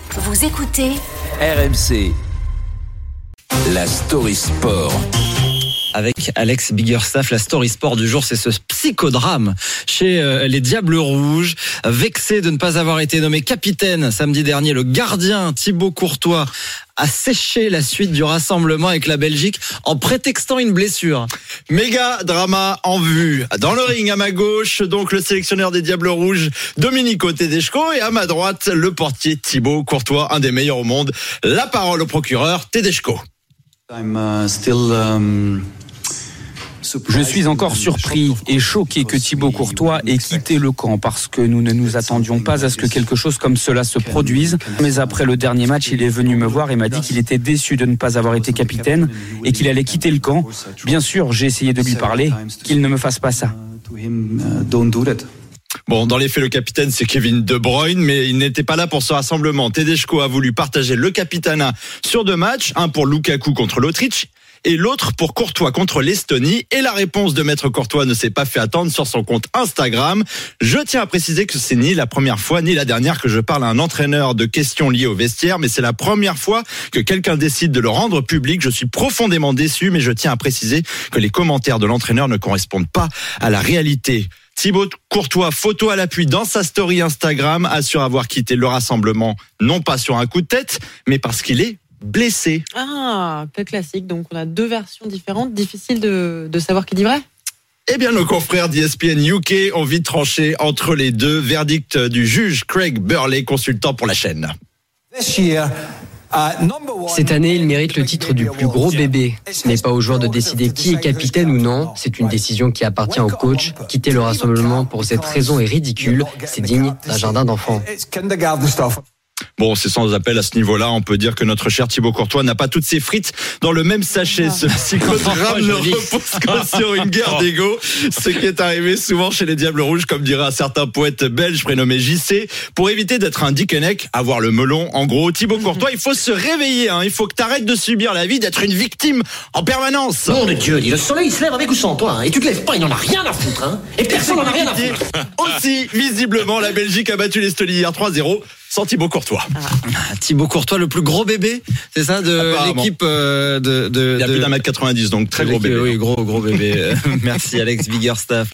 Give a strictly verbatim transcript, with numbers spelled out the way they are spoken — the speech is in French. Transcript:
Vous écoutez R M C, la Story Sport. Avec Alex Biggerstaff, la story sport du jour, c'est ce psychodrame chez euh, les Diables Rouges. Vexé de ne pas avoir été nommé capitaine samedi dernier, le gardien Thibaut Courtois a séché la suite du rassemblement avec la Belgique en prétextant une blessure. Méga drama en vue. Dans le ring, à ma gauche, donc le sélectionneur des Diables Rouges, Domenico Tedesco, et à ma droite, le portier Thibaut Courtois, un des meilleurs au monde. La parole au procureur Tedesco. I'm, uh, still, um... Je suis encore surpris et choqué que Thibaut Courtois ait quitté le camp parce que nous ne nous attendions pas à ce que quelque chose comme cela se produise. Mais après le dernier match, il est venu me voir et m'a dit qu'il était déçu de ne pas avoir été capitaine et qu'il allait quitter le camp. Bien sûr, j'ai essayé de lui parler, qu'il ne me fasse pas ça. Bon, dans les faits, le capitaine, c'est Kevin De Bruyne, mais il n'était pas là pour ce rassemblement. Tedesco a voulu partager le capitanat sur deux matchs, un pour Lukaku contre l'Autriche et l'autre pour Courtois contre l'Estonie. Et la réponse de Maître Courtois ne s'est pas fait attendre sur son compte Instagram. Je tiens à préciser que c'est ni la première fois ni la dernière que je parle à un entraîneur de questions liées au vestiaire, mais c'est la première fois que quelqu'un décide de le rendre public. Je suis profondément déçu, mais je tiens à préciser que les commentaires de l'entraîneur ne correspondent pas à la réalité. Thibaut Courtois, photo à l'appui dans sa story Instagram, assure avoir quitté le rassemblement, non pas sur un coup de tête, mais parce qu'il est blessé. Ah, peu classique. Donc on a deux versions différentes. Difficile de, de savoir qui dit vrai. Eh bien, nos confrères d'E S P N U K ont vite tranché entre les deux. Verdict du juge Craig Burley, consultant pour la chaîne. Cette année, il mérite le titre du plus gros bébé. Ce n'est pas aux joueurs de décider qui est capitaine ou non. C'est une décision qui appartient au coach. Quitter le rassemblement pour cette raison est ridicule. C'est digne d'un jardin d'enfants. Bon, c'est sans appel à ce niveau-là. On peut dire que notre cher Thibaut Courtois n'a pas toutes ses frites dans le même sachet. Ce psychodrame ne repose que sur une guerre d'ego. Ce qui est arrivé souvent chez les Diables Rouges, comme dirait un certain poète belge prénommé J C. Pour éviter d'être un Dickeneck, avoir le melon. En gros, Thibaut Courtois, il faut se réveiller. Hein. Il faut que tu arrêtes de subir la vie, d'être une victime en permanence. Nom de Dieu, dit le soleil il se lève avec ou sans toi. Hein. Et tu te lèves pas, il n'en a rien à foutre. Hein. Et personne n'en a rien à foutre. Aussi, visiblement, la Belgique a battu l'Estonie hier trois zéro. Sans Thibaut Courtois. Ah, Thibaut Courtois, le plus gros bébé, c'est ça, de l'équipe euh, de, de. Il a de... plus d'un mètre quatre-vingt-dix, donc très gros bébé. Oui, gros, gros bébé. Merci Alex Biggerstaff.